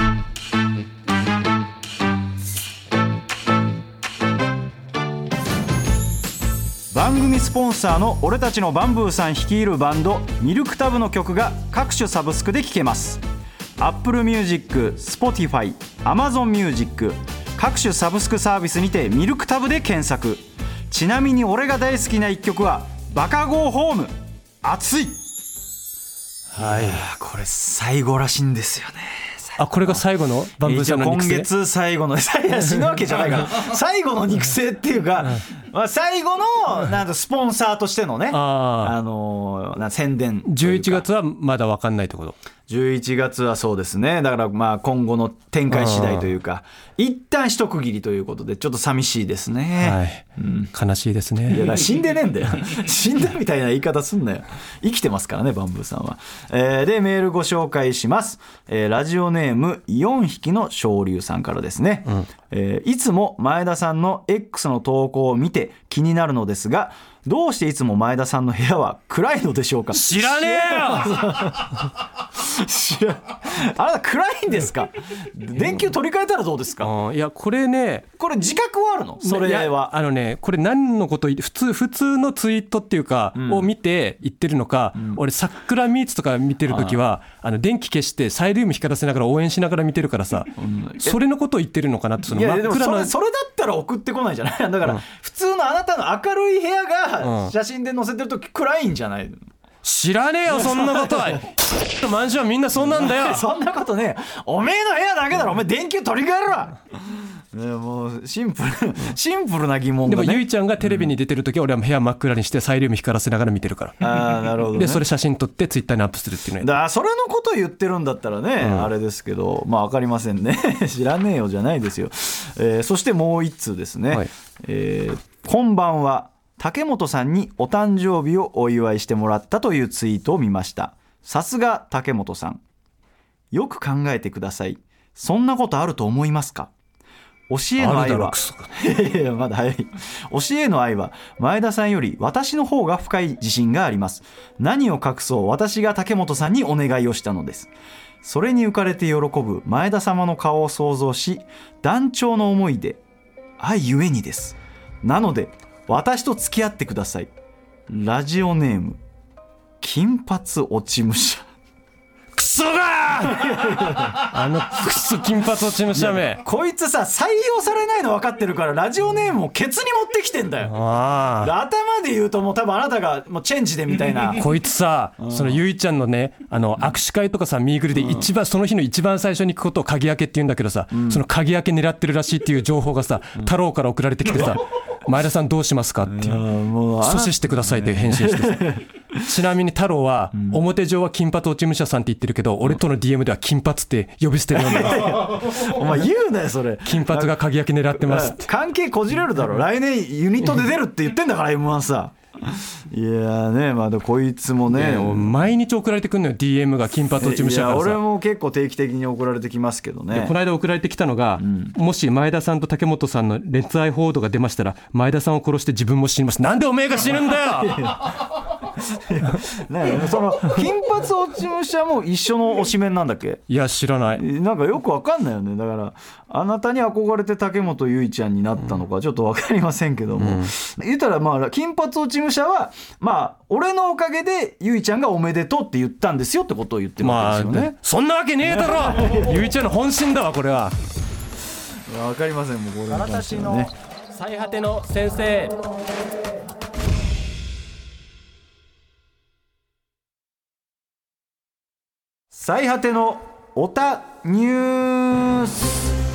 番組スポンサーの俺たちのバンブーさん率いるバンドミルクタブの曲が各種サブスクで聴けます。 Apple Music、Spotify、Amazon Music 各種サブスクサービスにてミルクタブで検索。ちなみに俺が大好きな一曲はバカゴーホーム熱い。はい、これ最後らしいんですよね。 あ、これが最後のバンブーさんの肉声。 今月最後のいや死ぬわけじゃないから最後の肉声っていうか、まあ、最後のなんかスポンサーとしてのねあ、あのー、な宣伝。 じゅういちがつはまだ分かんないってこと。 じゅういちがつはそうですね。だからまあ今後の展開次第というか一旦一区切りということでちょっと寂しいですね、 はい、うん、悲しいですね。 いやだ死んでねえんだよ死んだみたいな言い方すんなよ。生きてますからねバンブーさんは、えー、でメールご紹介します、えー、ラジオネームよんひきの昇竜さんからですね、うん、えー、いつも前田さんの X の投稿を見て気になるのですが、どうしていつも前田さんの部屋は暗いのでしょうか。 知らねえよ知らあなた暗いんですか。電球取り替えたらどうですか。 いやこれね、 これ自覚はあるのそれは。 あのね、これ何のこと普通普通のツイートっていうか、うん、を見て言ってるのか、うん、俺桜ミーツとか見てるときはあの電気消してサイリウム光らせながら応援しながら見てるからさ、うん、それのことを言ってるのかなって。その真っ暗な。いやでもそれ、それだったら送ってこないじゃない。だから、うん、普通のあなたの明るい部屋が写真で載せてるとき暗いんじゃないの。 知らねえよそんなことはマンションみんなそんなんだよそんなことねえ。おめえの部屋だけだろ。おめえ電球取り替えろね、もうシンプルシンプルな疑問がね。 でもゆいちゃんがテレビに出てるときは俺は部屋真っ暗にしてサイリウム光らせながら見てるから。 あ、なるほど、ね、 でそれ写真撮ってツイッターにアップするっていうね。 だそれのこと言ってるんだったらね、うん、あれですけどまあ分かりませんね知らねえよじゃないですよ、えー、そしてもう一通ですね、はい、えー、こんばんは。竹本さんにお誕生日をお祝いしてもらったというツイートを見ました。さすが竹本さん。よく考えてください。そんなことあると思いますか。教えの愛はいやまだ早い。教えの愛は前田さんより私の方が深い自信があります。何を隠そう私が竹本さんにお願いをしたのです。それに浮かれて喜ぶ前田様の顔を想像し、断腸の思いで愛ゆえにです。なので私と付き合ってください。ラジオネーム金髪落ち武者。 クソがあのクソ金髪落ち武者め。 こいつさ採用されないの分かってるからラジオネームをケツに持ってきてんだよ。あ頭で言うともう多分あなたがもうチェンジでみたいなこいつさ、うん、そのゆいちゃんのねあの握手会とかさミーグルで一番、うん、その日の一番最初に行くことを鍵開けって言うんだけどさ、うん、その鍵開け狙ってるらしいっていう情報がさ、うん、太郎から送られてきてさ前田さんどうしますかっていう阻止してくださいって返信してちなみに太郎は表上は金髪落ち武者さんって言ってるけど、俺との ディーエム では金髪って呼び捨てるようにお前言うなよそれ。 金髪が鍵開け狙ってますって。 関係こじれるだろ。来年ユニットで出るって言ってんだから エムワン さ。いやね、まだこいつもね毎日送られてくるのよ ディーエム が金髪落ち武者からさ。 いや俺も結構定期的に送られてきますけどね。 この間送られてきたのが、うん、もし前田さんと竹本さんの熱愛報道が出ましたら前田さんを殺して自分も死にます。なんでおめえが死ぬんだよね、その金髪落ち武者も一緒の推しメンなんだっけ。 いや知らない。 なんかよくわかんないよね。だからあなたに憧れて竹本結ちゃんになったのかちょっとわかりませんけども、うん、言ったらまあ金髪落ち武者はまあ俺のおかげで結ちゃんがおめでとうって言ったんですよってことを言ってるわけですよね、まあ、 そんなわけねえだろ結ちゃんの本心だわこれは。 わかりませんもうこれに関してはね。 最果ての先生。 最果てのオタニュース。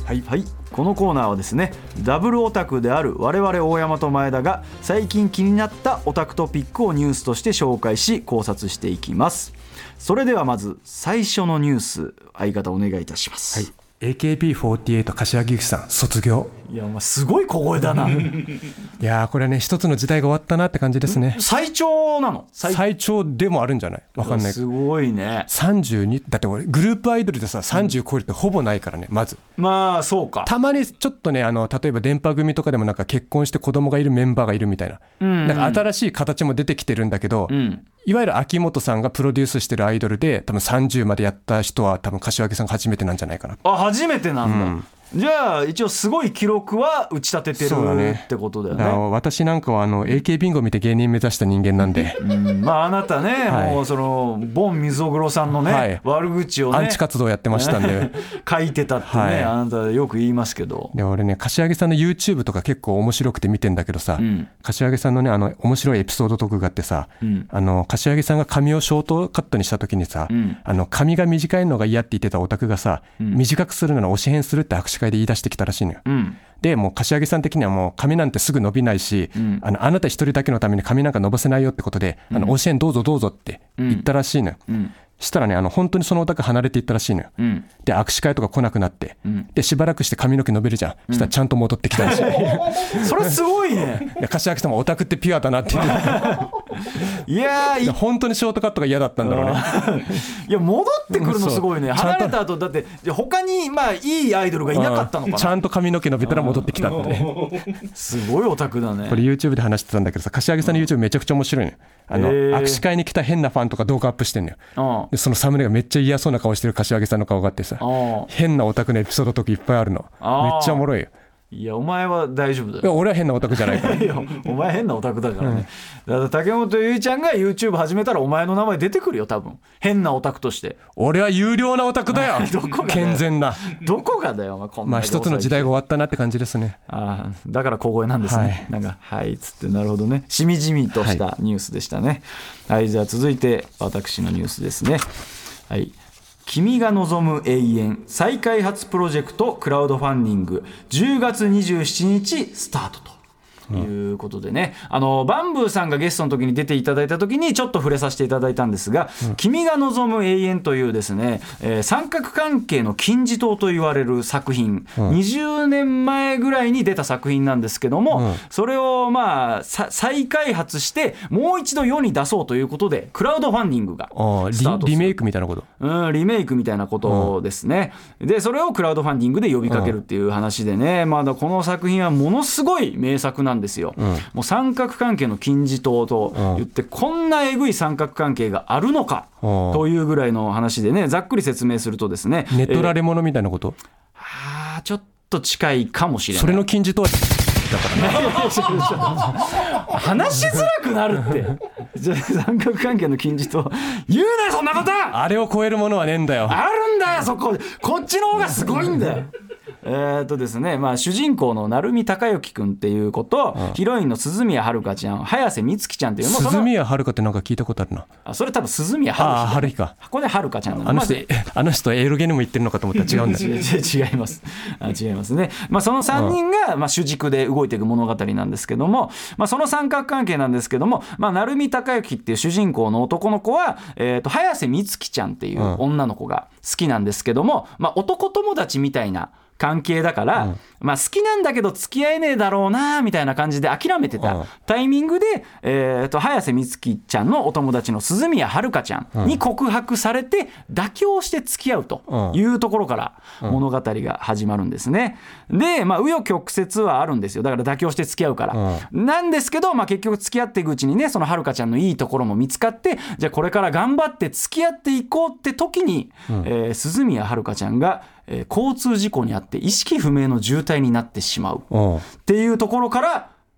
はい、はい、このコーナーはですね、ダブルオタクである我々大山と前田が最近気になったオタクトピックをニュースとして紹介し考察していきます。それではまず最初のニュース、相方お願いいたします。 はい、エーケービーフォーティーエイト 柏木由紀さん卒業。 いやお前すごい小声だな。 いやーこれはね一つの時代が終わったなって感じですね。 最長なの？ 最, 最長でもあるんじゃない？わかんない。 すごいね。 さんじゅうにだって俺グループアイドルでささんじゅう超えるってほぼないからね。まずまあそうか。 たまにちょっとねあの例えば電波組とかでもなんか結婚して子供がいるメンバーがいるみたいな、うんうん、なんか新しい形も出てきてるんだけど、うん、いわゆる秋元さんがプロデュースしてるアイドルで多分さんじゅうまでやった人は多分柏木さんが初めてなんじゃないかな。 あ、初めてなんだ、うん。じゃあ一応すごい記録は打ち立ててるってことだよね。 だ私なんかはあの エーケー ビンゴ見て芸人目指した人間なんで、 うん、まああなたね、はい、もうそのボン溝黒さんのね、はい、悪口をねアンチ活動やってましたんで書いてたってね、はい、あなたよく言いますけど。 で俺ね柏木さんの YouTube とか結構面白くて見てんだけどさ、うん、柏木さんのねあの面白いエピソードとかがあってさ、うん、あの柏木さんが髪をショートカットにした時にさ、うん、あの髪が短いのが嫌って言ってたオタクがさ、うん、短くするなら推し変するって握手会で言い出してきたらしいのよ、うん、でもう柏木さん的にはもう髪なんてすぐ伸びないし、うん、あのあなた一人だけのために髪なんか伸ばせないよってことで、うん、あの推し変どうぞどうぞって言ったらしいのよ、うんうんしたらねあの本当にそのオタク離れていったらしいのよ、うん、で握手会とか来なくなって、うん、でしばらくして髪の毛伸びるじゃん、うん、したらちゃんと戻ってきたらしい、 うん、それすごいね。 いや柏木さんもオタクってピュアだなって言っていやー本当にショートカットが嫌だったんだろうね。 いや戻ってくるのすごいね。離れた後だって他にまあいいアイドルがいなかったのかな。 ちゃんと髪の毛伸びたら戻ってきたってすごいオタクだね。 これ YouTube で話してたんだけどさ、柏木さんの YouTube めちゃくちゃ面白いね。あの握手会に来た変なファンとか動画アップしてんのよ。でそのサムネがめっちゃ嫌そうな顔してる柏木さんの顔があってさ、変なオタクのエピソードとかいっぱいあるの。めっちゃおもろいよ。 いやお前は大丈夫だよ。 いや俺は変なオタクじゃないからいやお前変なオタクだからね、うん、だから竹本結衣ちゃんが YouTube 始めたらお前の名前出てくるよ多分。変なオタクとして。 俺は有料なオタクだよどこがだよ健全な。 どこがだよお前こんな。 まあ一つの時代が終わったなって感じですね。 あだから小声なんですね、はい、なんかはいつってなるほどね。しみじみとしたニュースでしたね。はい、はい、じゃあ続いて私のニュースですね。はい、君が望む永遠再開発プロジェクトクラウドファンディングじゅうがつにじゅうしちにちスタートということでね、うん、あのバンブーさんがゲストの時に出ていただいた時にちょっと触れさせていただいたんですが、うん、君が望む永遠というですね、えー、三角関係の金字塔と言われる作品、うん、にじゅうねんまえぐらいに出た作品なんですけども、うん、それをまあ再開発してもう一度世に出そうということでクラウドファンディングがスタートする。 リ, リメイクみたいなこと、 うん、リメイクみたいなことですね、うん、でそれをクラウドファンディングで呼びかけるっていう話でね、まだこの作品はものすごい名作なんですよ、うん、もう三角関係の金字塔と言って、うん、こんなえぐい三角関係があるのかというぐらいの話でね、ざっくり説明するとですね、 ネトラレモノみたいなこと、 えー、あちょっと近いかもしれない。 それの金字塔はだからね話しづらくなるってじゃあ三角関係の金字塔言うなよそんなこと。 あれを超えるものはねえんだよ。 あるんだよそこ。こっちの方がすごいんだよえーとですねまあ、主人公の成海孝之君っていう子と、うん、ヒロインの鈴宮遥ちゃん早瀬美月ちゃんっていうの鈴宮遥ってなんか聞いたことあるな。 あそれ多分鈴宮遥あ春日か。 ここで遥ちゃんなの。 あの人、まあ、あの人エロゲにも言ってるのかと思ったら違うんだ違いますあ違いますね、まあ、そのさんにんが、まあ、主軸で動いていく物語なんですけども、まあ、その三角関係なんですけども、まあ、成海孝之っていう主人公の男の子は、えーと早瀬美月ちゃんっていう女の子が好きなんですけども、まあ、男友達みたいな関係だから、うんまあ、好きなんだけど付き合えねえだろうなみたいな感じで諦めてたタイミングで、えー、と早瀬美月ちゃんのお友達の鈴宮遥ちゃんに告白されて妥協して付き合うというところから物語が始まるんですね。で、まあ、紆余曲折はあるんですよ。だから妥協して付き合うからなんですけど、まあ、結局付き合っていくうちにねその遥ちゃんのいいところも見つかって、じゃあこれから頑張って付き合っていこうって時に、うんえー、鈴宮遥ちゃんがえー、交通事故にあって意識不明の重体になってしまうっていうところから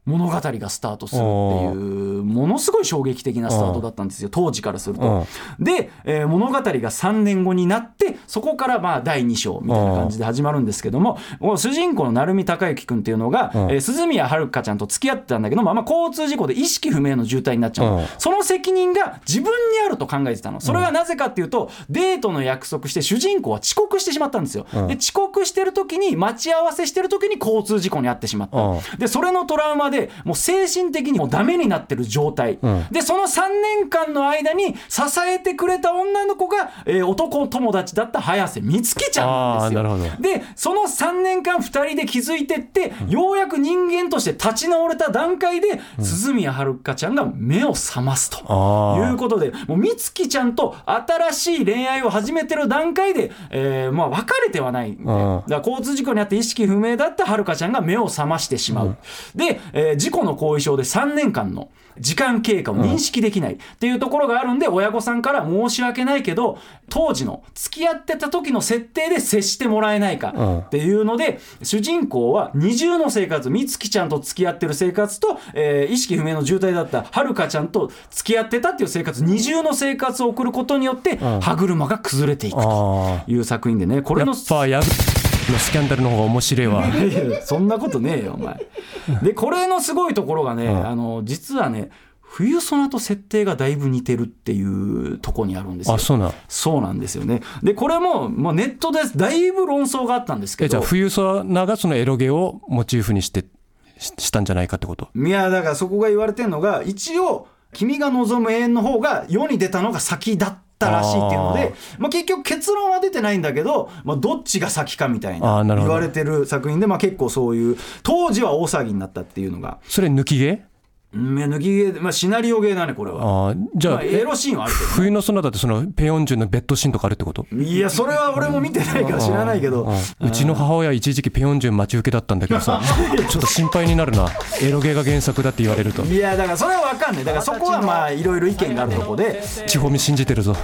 物語がスタートするっていうものすごい衝撃的なスタートだったんですよ、当時からすると。で、えー、物語がさんねんごになってそこからまあだいに章みたいな感じで始まるんですけども、主人公の成海孝之君っていうのが、えー、鈴宮遥ちゃんと付き合ってたんだけども、まあ、交通事故で意識不明の重体になっちゃうの。その責任が自分にあると考えてたの。それはなぜかっていうと、デートの約束して主人公は遅刻してしまったんですよ。で遅刻してる時に待ち合わせしてる時に交通事故に遭ってしまった。でそれのトラウマでもう精神的にもうダメになってる状態、うん、でそのさんねんかんの間に支えてくれた女の子が、えー、男友達だった早瀬美月ちゃんなんですよ。なるほど。でそのさんねんかんふたりで築いてって、うん、ようやく人間として立ち直れた段階で、うん、鈴宮遥ちゃんが目を覚ますということで、もう美月ちゃんと新しい恋愛を始めてる段階で、えーまあ、別れてはない、ね、だから交通事故にあって意識不明だった遥ちゃんが目を覚ましてしまう、うん、で、えー、事故の後遺症でさんねんかんの時間経過を認識できないっていうところがあるんで、親御さんから申し訳ないけど当時の付き合ってた時の設定で接してもらえないかっていうので、主人公は二重の生活、美月ちゃんと付き合ってる生活と、えー、意識不明の重体だった遥ちゃんと付き合ってたっていう生活、二重の生活を送ることによって歯車が崩れていくという作品でね、これのやっぱやのスキャンダルの方が面白いわ。 そんなことねえよお前。でこれのすごいところがね、うん、あの実はね冬ソナと設定がだいぶ似てるっていうところにあるんですよ。 あ、そうなん。 そうなんですよね。でこれも、まあ、ネットでだいぶ論争があったんですけど、 えじゃあ冬ソナがそのエロゲをモチーフにしてしたんじゃないかってこと。 いやだからそこが言われてるのが、一応君が望む永遠の方が世に出たのが先だったらしいっていうので、まあ、結局結論は出てないんだけど、まあ、どっちが先かみたいな言われてる作品で、まあ、結構そういう当時は大騒ぎになったっていうのが。 それ抜きゲー抜きゲー、まあ、シナリオゲーだねこれは。 あじゃあ、 まあ、エロシーンはあるけど、ね、 冬のソナだってそのペヨンジュンのベッドシーンとかあるってこと。 いやそれは俺も見てないから知らないけど、 うちの母親一時期ペヨンジュン待ち受けだったんだけどさちょっと心配になるな、エロゲーが原作だって言われると。 いやだからそれは分かんない。だからそこはまあいろいろ意見があるとこで地方民信じてるぞ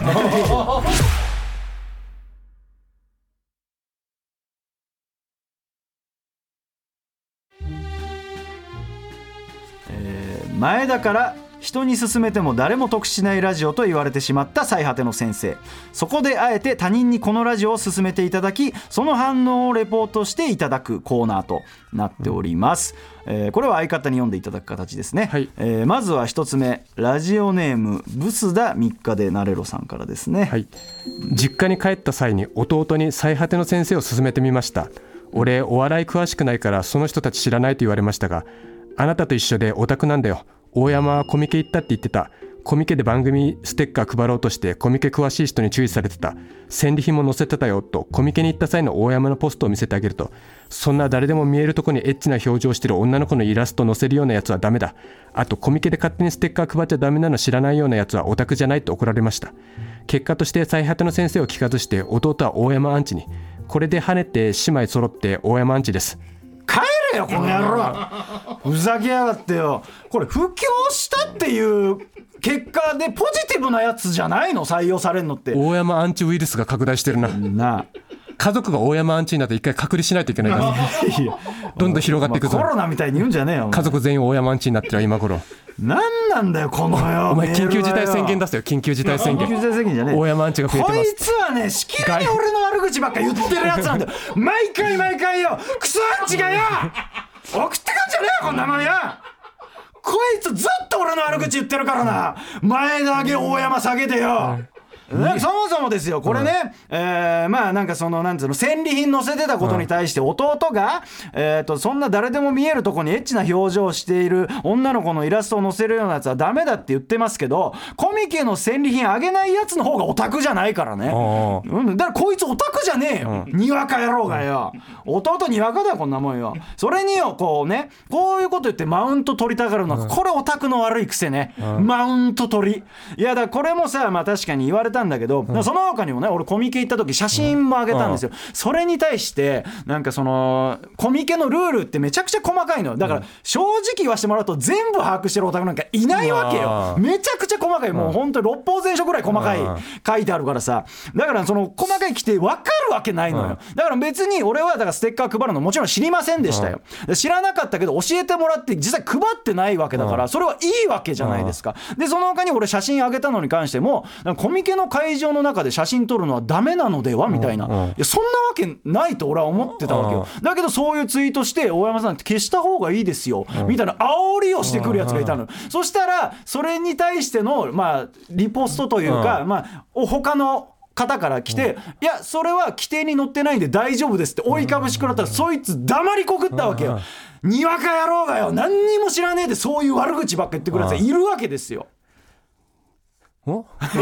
前だから人に勧めても誰も得しないラジオと言われてしまった最果ての先生、そこであえて他人にこのラジオを勧めていただき、その反応をレポートしていただくコーナーとなっております、うんえー、これは相方に読んでいただく形ですね、はいえー、まずは一つ目、ラジオネームブスダみっかでなれろさんからですね、はい、 実家に帰った際に弟に最果ての先生を勧めてみました。俺お笑い詳しくないからその人たち知らないと言われましたが、あなたと一緒でオタクなんだよ。大山はコミケ行ったって言ってた。コミケで番組ステッカー配ろうとしてコミケ詳しい人に注意されてた。戦利品も載せてたよとコミケに行った際の大山のポストを見せてあげると、そんな誰でも見えるとこにエッチな表情してる女の子のイラスト載せるようなやつはダメだ。あとコミケで勝手にステッカー配っちゃダメなの知らないようなやつはオタクじゃないと怒られました。結果として最果ての先生を聞かずして弟は大山アンチに。これで跳ねて姉妹揃って大山アンチです。 帰れよこの野郎ふざけやがってよ。これ布教したっていう結果でポジティブなやつじゃないの、採用されるのって。 大山アンチウイルスが拡大してるな。なあ家族が大山アンチになって一回隔離しないといけないからどんどん広がっていくぞ、 まあ、コロナみたいに言うんじゃねえよ。 家族全員大山アンチになってる今頃。 なんなんだよこのよ。 お前緊急事態宣言出すよ。緊急事態宣言。緊急事態宣言じゃねえ。大山アンチが増えてます。 こいつはねしきりに俺の悪口ばっか言ってるやつなんだよ毎回毎回よクソアンチがよ送ってくんじゃねえよこんなもんよ。こいつずっと俺の悪口言ってるからな。前田上げ大山下げてよ、そもそもですよこれね、うんえー、まあなんかそのなんつうの戦利品載せてたことに対して弟が、えー、とそんな誰でも見えるとこにエッチな表情をしている女の子のイラストを載せるようなやつはダメだって言ってますけど、コミケの戦利品あげないやつの方がオタクじゃないからね、うん、だからこいつオタクじゃねえよ、うん、にわか野郎がよ。弟にわかだよこんなもんよ。それによこうねこういうこと言ってマウント取りたがるのは、うん、これオタクの悪い癖ね、うん、マウント取り。いやだからこれもさまあ確かに言われたんだけど、うん、その他にもね俺コミケ行った時写真も上げたんですよ、うん、それに対してなんかそのコミケのルールってめちゃくちゃ細かいのだから、うん、正直言わせてもらうと全部把握してるオタクなんかいないわけよ。めちゃくちゃ細かい、もう本当に六法全書ぐらい細かい書いてあるからさ、だからその細かい規定分かるわけないのよ、うん、だから別に俺はだからステッカー配るのもちろん知りませんでしたよ、うん、知らなかったけど教えてもらって実際配ってないわけだから、うん、それはいいわけじゃないですか、うん、でその他に俺写真あげたのに関してもコミケの会場の中で写真撮るのはダメなのではみたいな、うんうん、いやそんなわけないと俺は思ってたわけよ、うん、だけどそういうツイートして大山さんって消した方がいいですよ、うん、みたいな煽りをしてくるやつがいたの、うん、そしたらそれに対してのまあリポストというか、うん、まあ他の方から来て、うん、いやそれは規定に載ってないんで大丈夫ですって追いかぶし食らったら、うん、そいつ黙りこくったわけよ、うん、にわか野郎がよ何にも知らねえでそういう悪口ばっか言ってくるやつがいるわけですよ。おお前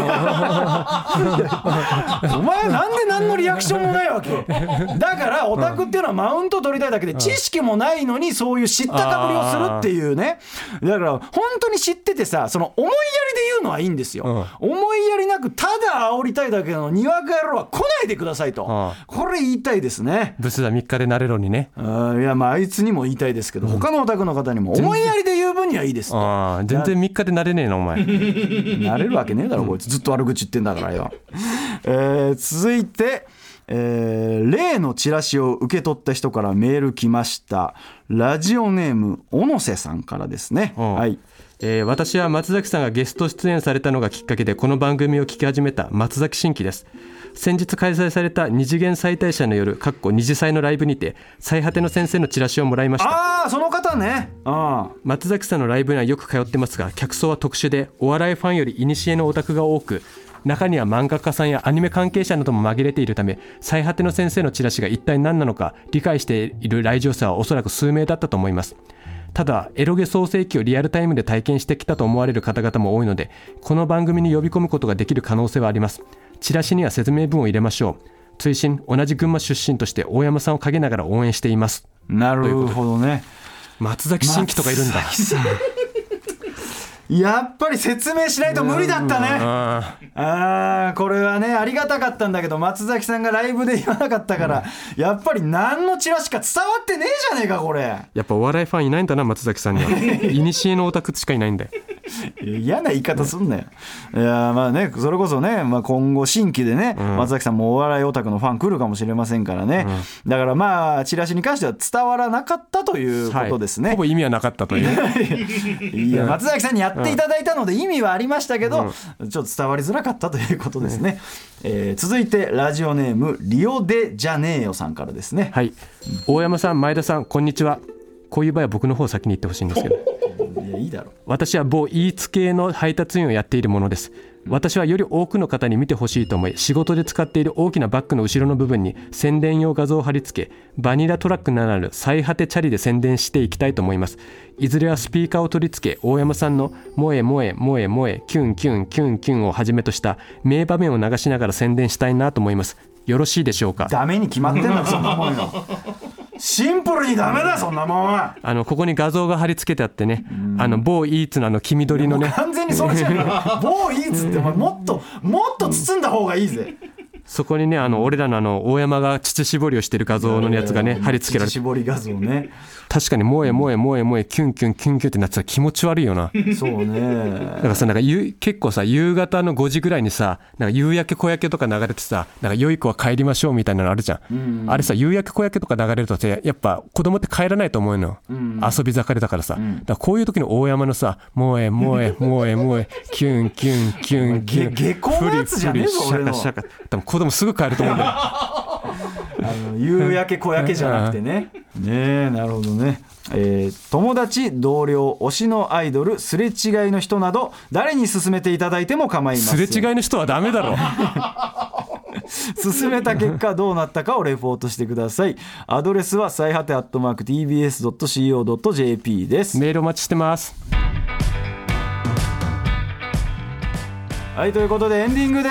なんで何のリアクションもないわけだからオタクっていうのはマウント取りたいだけで知識もないのにそういう知ったかぶりをするっていうね。だから本当に知っててさその思いやりで言うのはいいんですよ、うん、思いやりなくただ煽りたいだけのにわか野郎は来ないでくださいと、うん、これ言いたいですね。 ブスはみっかでなれろにね。 あいやまああいつにも言いたいですけど、うん、他のオタクの方にも思いやりで言う分にはいいですと。 あ全然みっかでなれねえなお前なれるわけねえだろこいつずっと悪口言ってんだからよ、えー、続いて、えー、例のチラシを受け取った人からメール来ました。ラジオネーム小野瀬さんからですね、はい、 えー、私は松崎さんがゲスト出演されたのがきっかけでこの番組を聞き始めた松崎新規です。先日開催された二次元再大社の夜かっこ二次祭のライブにて最果ての先生のチラシをもらいました。 ああその方ね。あ松崎さんのライブにはよく通ってますが客層は特殊でお笑いファンより古のオタクが多く中には漫画家さんやアニメ関係者なども紛れているため最果ての先生のチラシが一体何なのか理解している来場者はおそらく数名だったと思います。ただエロゲ創世記をリアルタイムで体験してきたと思われる方々も多いのでこの番組に呼び込むことができる可能性はあります。チラシには説明文を入れましょう。追伸同じ群馬出身として大山さんを陰ながら応援しています。 なるほどね。 松崎新規とかいるんだ。 やっぱり説明しないと無理だったね。ああこれはねありがたかったんだけど松崎さんがライブで言わなかったから、うん、やっぱり何のチラシか伝わってねえじゃねえかこれ。 やっぱお笑いファンいないんだな松崎さんには。古のオタクしかいないんだよ。 嫌な言い方すんなよ。いやまあねそれこそね、まあ、今後新規でね、うん、松崎さんもお笑いオタクのファン来るかもしれませんからね、うん、だからまあチラシに関しては伝わらなかったということですね、 はい、ほぼ意味はなかったという。 いや松崎さんにやっていただいたので意味はありましたけど、うん、ちょっと伝わりづらかったということですね、うんえー、続いてラジオネームリオデジャネーヨさんからですね。 はい、大山さん前田さんこんにちは。こういう場合は僕の方先に言ってほしいんですけどいやいいだろ。 私は某イーツ系の配達員をやっているものです。私はより多くの方に見てほしいと思い仕事で使っている大きなバッグの後ろの部分に宣伝用画像を貼り付けバニラトラックならぬ最果てチャリで宣伝していきたいと思います。いずれはスピーカーを取り付け大山さんの萌え萌え萌え萌えキュンキュンキュンキュンをはじめとした名場面を流しながら宣伝したいなと思います。よろしいでしょうか。 ダメに決まってんだそんなもんよ。シンプルにダメだそんなもんは。 あのここに画像が貼り付けてあってね、あの某イーツのあの黄緑のね完全にそれじゃん。某イーツってもっともっと包んだ方がいいぜ。 そこにねあの俺らのあの大山が乳搾りをしてる画像のやつがね貼り付けられて、 乳搾り画像ね。 確かに萌え萌え萌え萌えキュンキュンキュンキュンってなってたら気持ち悪いよな。 そうね。 だからさなんかゆ結構さ夕方のごじぐらいにさなんか夕焼け小焼けとか流れてさなんか良い子は帰りましょうみたいなのあるじゃん、うんうん、あれさ夕焼け小焼けとか流れるとさやっぱ子供って帰らないと思うの、うんうん、遊び盛りだからさ、うん、だからこういう時の大山のさ萌え萌え萌え萌えキュンキュンキュンキュン下校のやつじゃねえぞ俺の。 シャカシャカ多分子供すぐ帰ると思うんだよ。 あの夕焼け小焼けじゃなくてね。ねえなるほどね。えー、友達同僚推しのアイドルすれ違いの人など誰に勧めていただいても構いません。 すれ違いの人はダメだろ。 進めた結果どうなったかをレポートしてください。アドレスは最果てアットマーク ティービーエスドットシーオードットジェーピー です。 メールお待ちしてます。 はいということでエンディングです。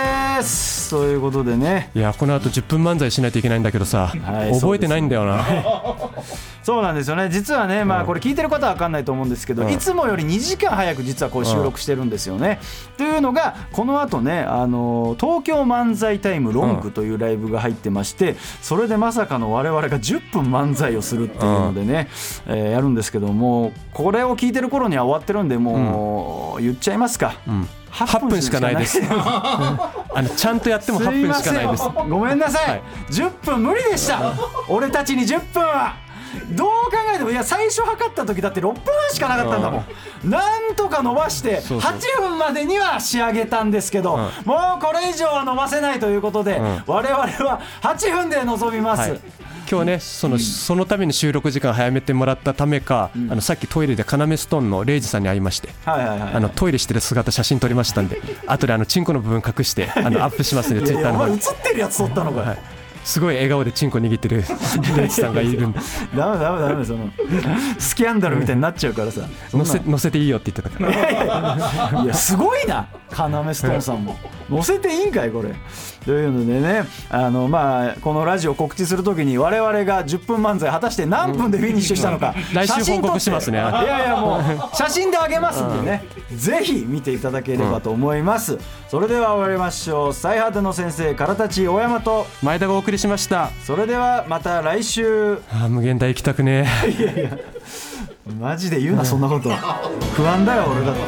ということでねいやこの後じゅっぷん漫才しないといけないんだけどさ、はい、覚えてないんだよな。 そうなんですよね。実はね、まあ、これ聞いてる方は分かんないと思うんですけど、うん、いつもよりにじかん早く実はこう収録してるんですよね、うん、というのがこの後ね、あの東京漫才タイムロングというライブが入ってまして、うん、それでまさかの我々がじゅっぷん漫才をするっていうのでね、うんえー、やるんですけども、これを聞いてる頃には終わってるんで、もう言っちゃいますか、うんはっぷんしかないですあのちゃんとやってもはっぷんしかないです。 ごめんなさい、はい、じゅっぷん無理でした俺たちにじゅっぷんはどう考えても、いや最初測った時だってろっぷんはんしかなかったんだもん。なんとか伸ばしてはちふんまでには仕上げたんですけど、うん、もうこれ以上は伸ばせないということで、うん、我々ははっぷんで臨みます、はい、 今日ねその、うん、そのために収録時間早めてもらったためか、うん、あのさっきトイレでカナメストーンのレイジさんに会いまして、はいはいはいはい、あのトイレしてる姿写真撮りましたんで後であのチンコの部分隠してあのアップしますんでツイッターの方に。 映ってるやつ撮ったのかよ、はいすごい笑顔でチンコ握ってるレイジさんがいるんでダメダメダメ、そのスキャンダルみたいになっちゃうからさ載せ、載せていいよって言ってたから。 いやいやいやすごいな、カナメストーンさんも載せていいんかいこれというのでね、あのまあこのラジオ告知するときに我々がじゅっぷん漫才果たして何分でフィニッシュしたのか、 うん、来週報告しますね。いやいやもう写真であげますんでね、ぜひ見ていただければと思います、うん、それでは終わりましょう。最果ての先生からたち大山と前田がお送りしました。 それではまた来週。 あ無限大行きたくねえいやいやマジで言うなそんなこと不安だよ俺だって。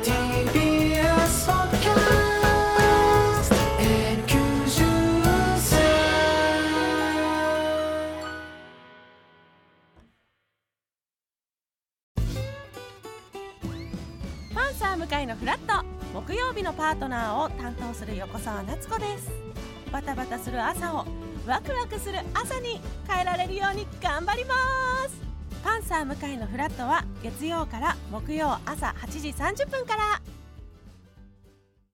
パンサー向井のフラット、木曜日のパートナーを担当する横澤夏子です。バタバタする朝をワクワクする朝に変えられるように頑張ります。パンサー向井のフラットは月曜から木曜朝はちじさんじゅっぷんから。